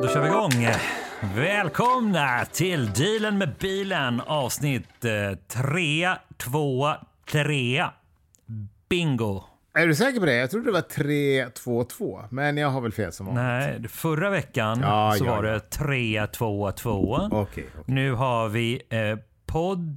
Då kör vi igång. Välkomna till Dealen med bilen, avsnitt 323. Bingo. Är du säker på det? Jag trodde det var 322, men jag har väl fel som vanligt. Nej, förra veckan var det 322. Okej. Nu har vi podd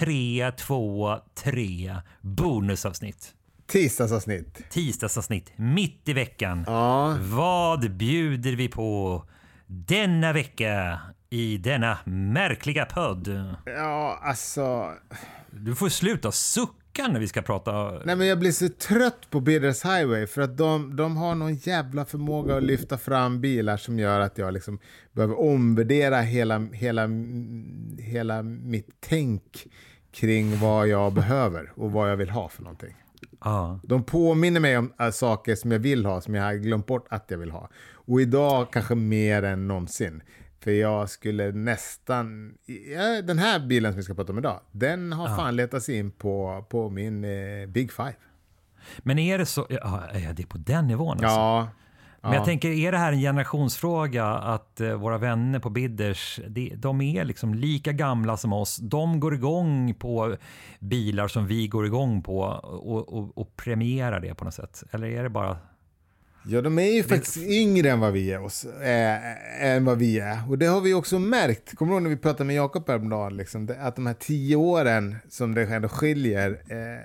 323 bonusavsnitt. Tisdagsavsnitt mitt i veckan. Ja. Vad bjuder vi på denna vecka i denna märkliga podd? Ja, alltså... Du får sluta sucka när vi ska prata. Nej, men jag blir så trött på Bidders Highway för att de har någon jävla förmåga att lyfta fram bilar som gör att jag liksom behöver omvärdera hela mitt tänk kring vad jag behöver och vad jag vill ha för någonting. De påminner mig om saker som jag vill ha, som jag har glömt bort att jag vill ha. Och idag kanske mer än någonsin. För jag skulle nästan... den här bilen som vi ska prata om idag, den har fan letats in på min Big Five. Men är det så... är det på den nivån? Alltså? Ja. Men jag tänker, är det här en generationsfråga att våra vänner på Bidders, de är liksom lika gamla som oss. De går igång på bilar som vi går igång på och premierar det på något sätt. Eller är det bara... Ja, de är ju faktiskt yngre än vad vi är. Och det har vi också märkt. Kommer du ihåg när vi pratade med Jakob häromdagen? Liksom, att de här 10 åren som det ändå skiljer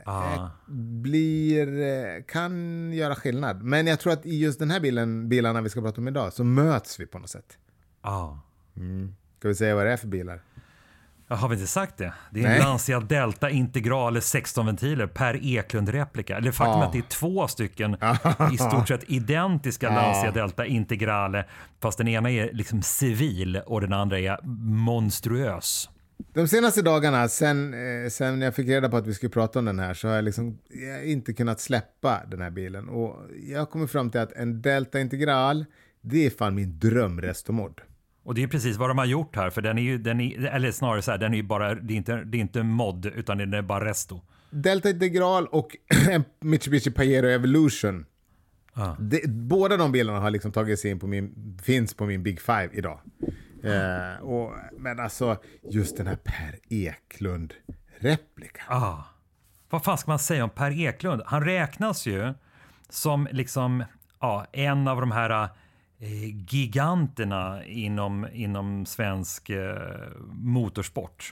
kan göra skillnad. Men jag tror att i just den här bilarna vi ska prata om idag så möts vi på något sätt. Ska vi säga vad det är för bilar? Jag har vi inte sagt det? Det är en Lancia Delta Integrale 16 ventiler per Eklund-replika. Eller faktum att det är 2 stycken i stort sett identiska Lancia Delta Integrale. Fast den ena är liksom civil och den andra är monstruös. De senaste dagarna, sen jag fick reda på att vi skulle prata om den här, så har jag inte kunnat släppa den här bilen. Och jag kommer fram till att en Delta Integral, det är fan min drömrestomod. Och det är precis vad de har gjort här, för den är eller snarare så här, den är ju bara, det är inte mod utan det är bara resto. Delta Integral och Mitsubishi Pajero Evolution. Båda de bilarna har liksom tagit sig in finns på min Big Five idag. Men alltså just den här Per Eklund-replikan. Vad fan ska man säga om Per Eklund? Han räknas ju som liksom en av de här giganterna inom svensk motorsport.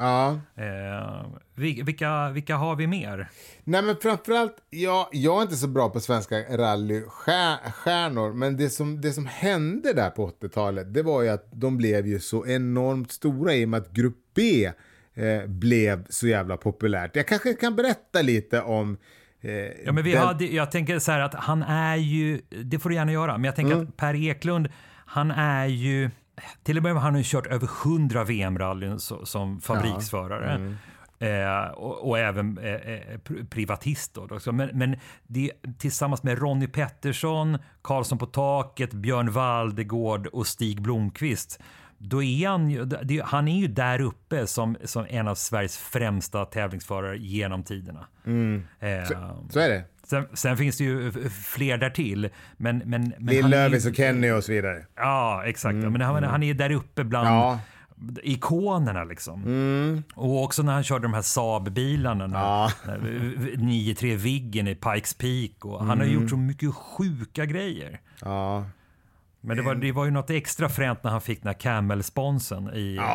Vilka har vi mer? Nej, men framförallt jag är inte så bra på svenska rallystjärnor, men det som hände där på 80-talet, det var ju att de blev ju så enormt stora i och med att Grupp B blev så jävla populärt. Jag kanske kan berätta lite om men jag tänker så här att han är ju, det får du gärna göra, men jag tänker att Per Eklund, han är ju, till och med han har ju kört över 100 VM-rallyn som fabriksförare. Och även privatist då. Men det, tillsammans med Ronnie Pettersson, Karlsson på taket, Björn Waldegård och Stig Blomqvist, då är han är ju där uppe som en av Sveriges främsta tävlingsförare genom tiderna. Så är det. Sen finns det ju fler där till, men Lill-Lövis och Kenny och så vidare. Ja, exakt. Men han är där uppe bland ikonerna liksom. Och också när han körde de här Saab-bilarna, 9-3 Viggen i Pikes Peak, och han har gjort så mycket sjuka grejer. Men det var ju något extra fränt när han fick den här Camel-sponsen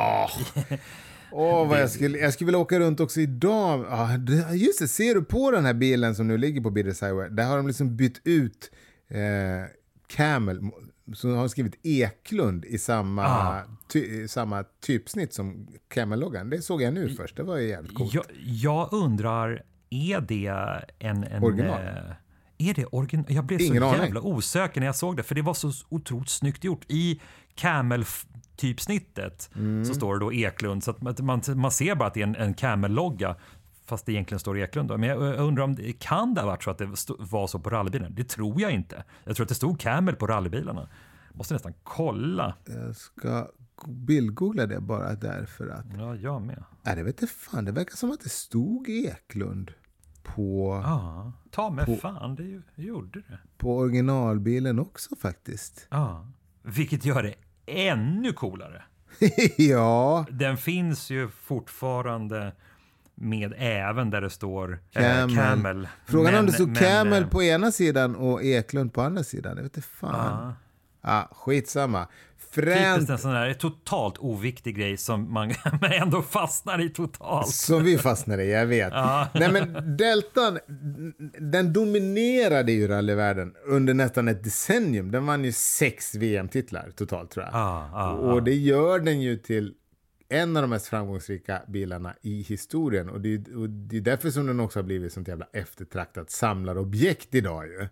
vad jag skulle vilja åka runt också idag. Just det, ser du på den här bilen som nu ligger på Bidders Highway? Där har de liksom bytt ut Camel, så har de skrivit Eklund i samma typsnitt som Camel-loggan. Det såg jag nu först, det var ju jävligt coolt. Jag undrar, är det en original? Är det original? Jag blev Ingen så jävla aning. Osäker när jag såg det, för det var så otroligt snyggt gjort. I Camel-typsnittet så står det då Eklund, så att man ser bara att det är en Camel-logga, fast det egentligen står Eklund då. Men jag undrar om det kan det ha varit så att det var så på rallybilen. Det tror jag inte. Jag tror att det stod Camel på rallybilarna. Måste nästan kolla. Jag ska bildgoogla det bara därför att... Ja, jag med. Det vet jag fan. Det verkar som att det stod Eklund på... Ja, ta med fan, det gjorde det. På originalbilen också faktiskt. Ja, vilket gör det ännu coolare. Ja. Den finns ju fortfarande med även där det står Camel. Frågan om det stod Camel på ena sidan och Eklund på andra sidan. Jag vet inte fan. Skitsamma. Typiskt en sån där totalt oviktig grej som man ändå fastnar i totalt. Som vi fastnar i, jag vet. Nej, men Deltan, den dominerade ju rallyvärlden under nästan ett decennium. Den vann ju 6 VM-titlar totalt, tror jag. Och det gör den ju till en av de mest framgångsrika bilarna i historien. Och det är därför som den också har blivit sånt jävla eftertraktat samlarobjekt idag ju.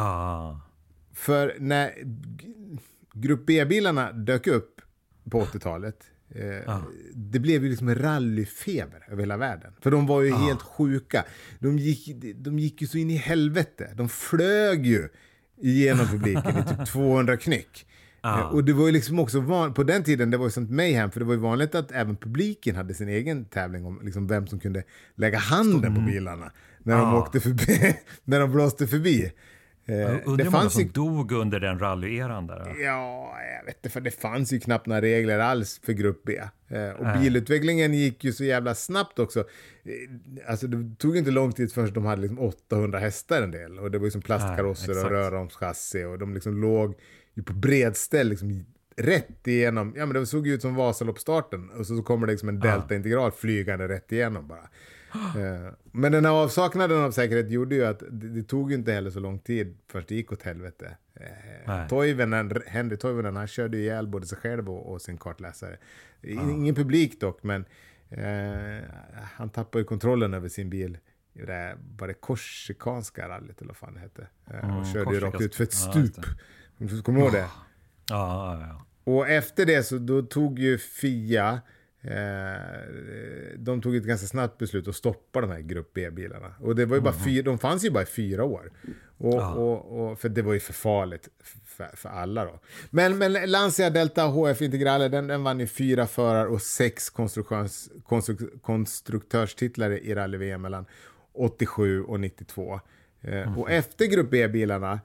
För när Grupp B-bilarna dök upp på 80-talet, det blev ju liksom en rallyfeber över hela världen. För de var ju helt sjuka. De gick ju så in i helvete. De flög ju igenom publiken i typ 200 knyck. Och det var ju liksom också på den tiden, det var ju sånt mayhem, för det var ju vanligt att även publiken hade sin egen tävling om liksom vem som kunde lägga handen på bilarna när de åkte förbi, när de blåste förbi. Det fanns ju dog under den rallyeran där. Ja, jag vet inte, för det fanns ju knappt några regler alls för grupp B. Och bilutvecklingen gick ju så jävla snabbt också. Alltså det tog inte lång tid förrän de hade liksom 800 hästar en del. Och det var ju som plastkarosser och röromschassi. Och de liksom låg ju på bredställ liksom rätt igenom. Ja, men det såg ju ut som Vasaloppsstarten. Och så kommer det liksom en Delta-integral flygande rätt igenom bara. Men den här avsaknaden av säkerhet gjorde ju att det tog ju inte heller så lång tid först det gick åt helvete. Henry Toivonen, han körde ju ihjäl både sig själv och sin kartläsare. Ingen publik dock, men han tappade ju kontrollen över sin bil. Var det korsikanska rallyt eller vad fan det hette. Och körde ju rakt ut för ett stup. Kommer du ihåg det? Ja. Och efter det så då tog ju FIA, de tog ett ganska snabbt beslut att stoppa de här grupp B-bilarna. Och det var ju bara de fanns ju bara i 4 år. Och för det var ju för farligt för alla då. Men Lancia Delta HF Integrale, den vann ju 4 förar och 6 konstruktörstitlar i rally-VM mellan 87 och 92. Och efter grupp B-bilarna,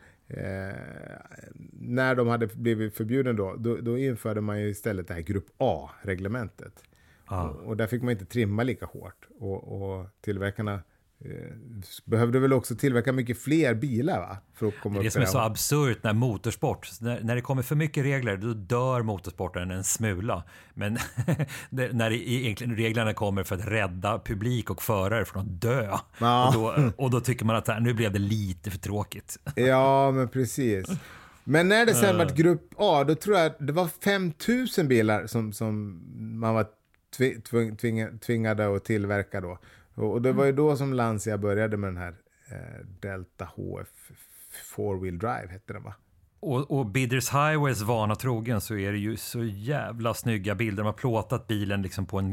när de hade blivit förbjuden då införde man ju istället det här grupp A-reglementet. Och där fick man inte trimma lika hårt. Och tillverkarna behövde väl också tillverka mycket fler bilar, va? För att komma det är som är så absurt när motorsport, när det kommer för mycket regler, då dör motorsporten en smula. Men när egentligen reglerna kommer för att rädda publik och förare från att dö. Och då tycker man att nu blev det lite för tråkigt. Ja, men precis. Men när det sen var grupp A, då tror jag det var 5000 bilar som man var tvingade att tillverka då. Och det var ju då som Lancia började med den här Delta HF 4-wheel drive hette den, va? Och Bidders Highways vana trogen så är det ju så jävla snygga bilder. De har plåtat bilen liksom på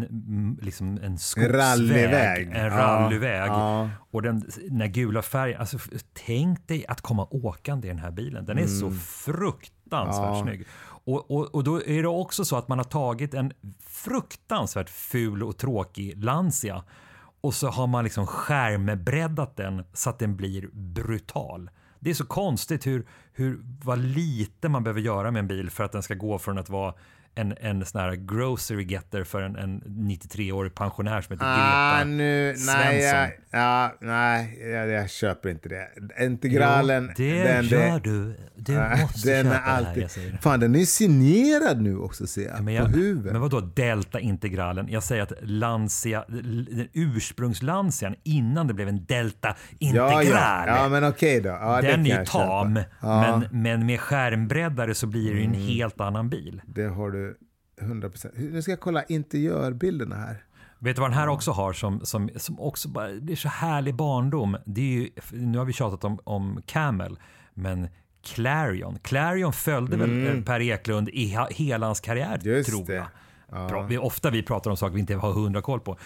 en skogsväg. En rallyväg. Och den gula färgen. Alltså, tänk dig att komma åkande i den här bilen. Den är så fruktansvärt snygg. Och då är det också så att man har tagit en fruktansvärt ful och tråkig Lancia. Och så har man liksom skärmbreddat den så att den blir brutal. Det är så konstigt vad lite man behöver göra med en bil för att den ska gå från att vara en sån här grocery getter för en 93-årig pensionär som heter Greta Svensson. Jag köper inte det. Integralen, det gör du. Du måste den köpa alltid, det här. Fan, den är signerad nu också, ser jag, på huvudet. Men vadå Delta-integralen? Jag säger att Lancia, den ursprungslancian innan det blev en Delta-integral. Ja, men okej då. Ja, den är ju tam. Men med skärmbreddare så blir det ju en helt annan bil. Det har du 100%. Nu ska jag kolla interiörbilderna här. Vet du vad den här också har som också bara, det är så härlig barndom. Det är ju, nu har vi tjatat om Camel, men Clarion följde väl Per Eklund i hela hans karriär. Just tror jag. Ja. Ofta vi pratar om saker vi inte har 100 koll på.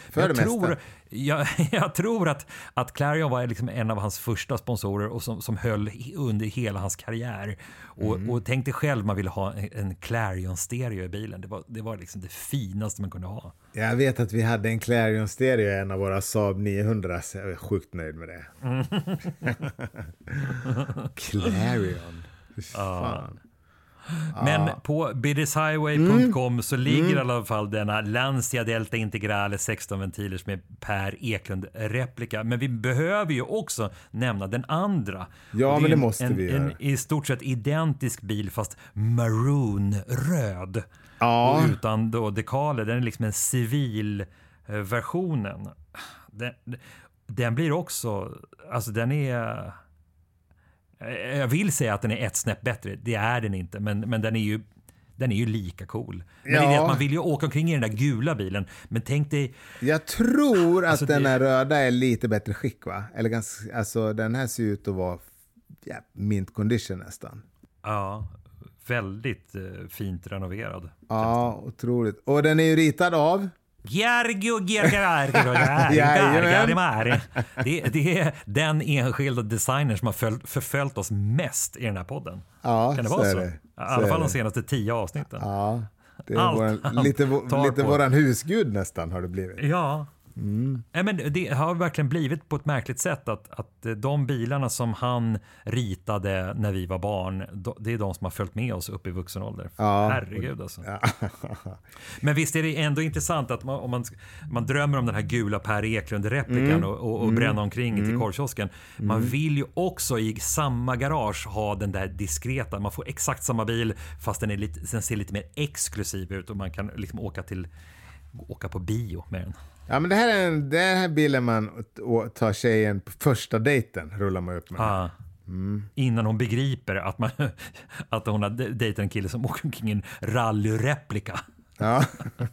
Jag tror att Clarion var liksom en av hans första sponsorer och som höll under hela hans karriär. Och tänk dig själv man ville ha en Clarion-stereo i bilen. Det var liksom det finaste man kunde ha. Jag vet att vi hade en Clarion-stereo i en av våra Saab 900, så jag är sjukt nöjd med det. Clarion. Fan. Men på biddishighway.com så ligger i alla fall denna Lancia Delta Integrale 16 ventiler som är Per Eklund-replika. Men vi behöver ju också nämna den andra. Ja, men det måste vi göra. En i stort sett identisk bil fast maroon-röd. Ja. Och utan då dekaler. Den är liksom en civil versionen. Den blir också, alltså den är, jag vill säga att den är ett snäpp bättre, det är den inte, men den är ju lika cool. Men det är det att man vill ju åka omkring i den där gula bilen, men tänk dig. Jag tror att den här röda är lite bättre skick, va? Eller ganska, alltså den här ser ut att vara mint condition nästan. Ja, väldigt fint renoverad. Ja, otroligt. Och den är ju ritad av Det är den enskilda designer som har förföljt oss mest i den här podden. Ja, kan det vara så? I alla fall de senaste 10 avsnitten. Ja, det är lite våran husgud nästan har det blivit. Ja. Men det har verkligen blivit på ett märkligt sätt att de bilarna som han ritade när vi var barn, det är de som har följt med oss upp i vuxen ålder. Herregud alltså. Ja. Men visst är det ändå intressant att om man drömmer om den här gula Per Eklund-replikan och bränna omkring till korvkiosken. Man vill ju också i samma garage ha den där diskreta. Man får exakt samma bil fast den ser lite mer exklusiv ut och man kan liksom åka på bio med den. Ja, men det här bilen man tar tjejen på första dejten, rullar man upp med. Innan hon begriper att hon har dejtat en kille som åker omkring en rallyreplika. Ja.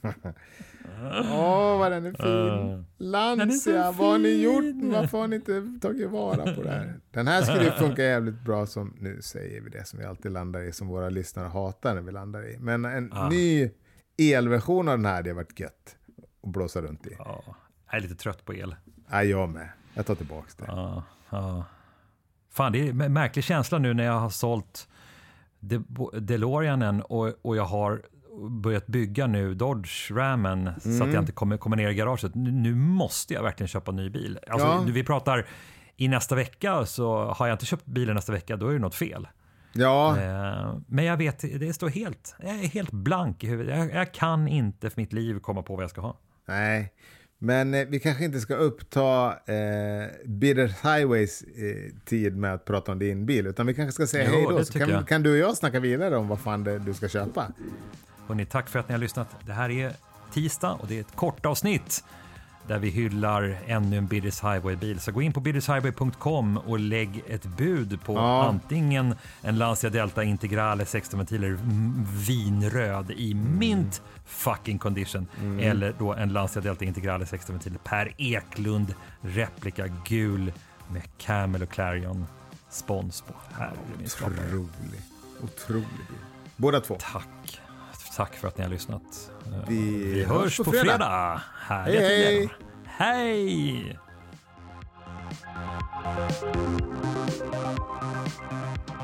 Vad den är fin. Lancia, vad har ni gjort? Varför har ni inte tagit vara på det här? Den här skulle ju funka jävligt bra som, nu säger vi det som vi alltid landar i, som våra lyssnare hatar när vi landar i. Men en ny elversion av den här, det har varit gött att blåsa runt i. Ja, jag är lite trött på el. Ja, jag med. Jag tar tillbaka det. Ja. Fan, det är en märklig känsla nu när jag har sålt DeLoreanen och jag har börjat bygga nu Dodge Ramen så att jag inte kommer ner i garaget. Nu måste jag verkligen köpa en ny bil. Alltså, vi pratar i nästa vecka, så har jag inte köpt bilen nästa vecka, då är det något fel. Ja. Men jag vet, jag är helt blank i huvudet. Jag kan inte för mitt liv komma på vad jag ska ha. Nej, men vi kanske inte ska uppta Bidders Highways tid med att prata om din bil, utan vi kanske ska säga hej då. Så kan du och jag snacka vidare om vad fan du ska köpa. Hörrni, tack för att ni har lyssnat. Det här är tisdag och det är ett kort avsnitt där vi hyllar ännu en Bidders Highway-bil. Så gå in på biddishighway.com och lägg ett bud på antingen en Lancia Delta Integrale 16 ventiler vinröd i mint fucking condition eller då en Lancia Delta Integrale 16 ventiler Per Eklund replika gul med Camel och Clarion spons på. Otrolig bil. Båda två. Tack för att ni har lyssnat. Vi hörs på fredag. Hej. Hej!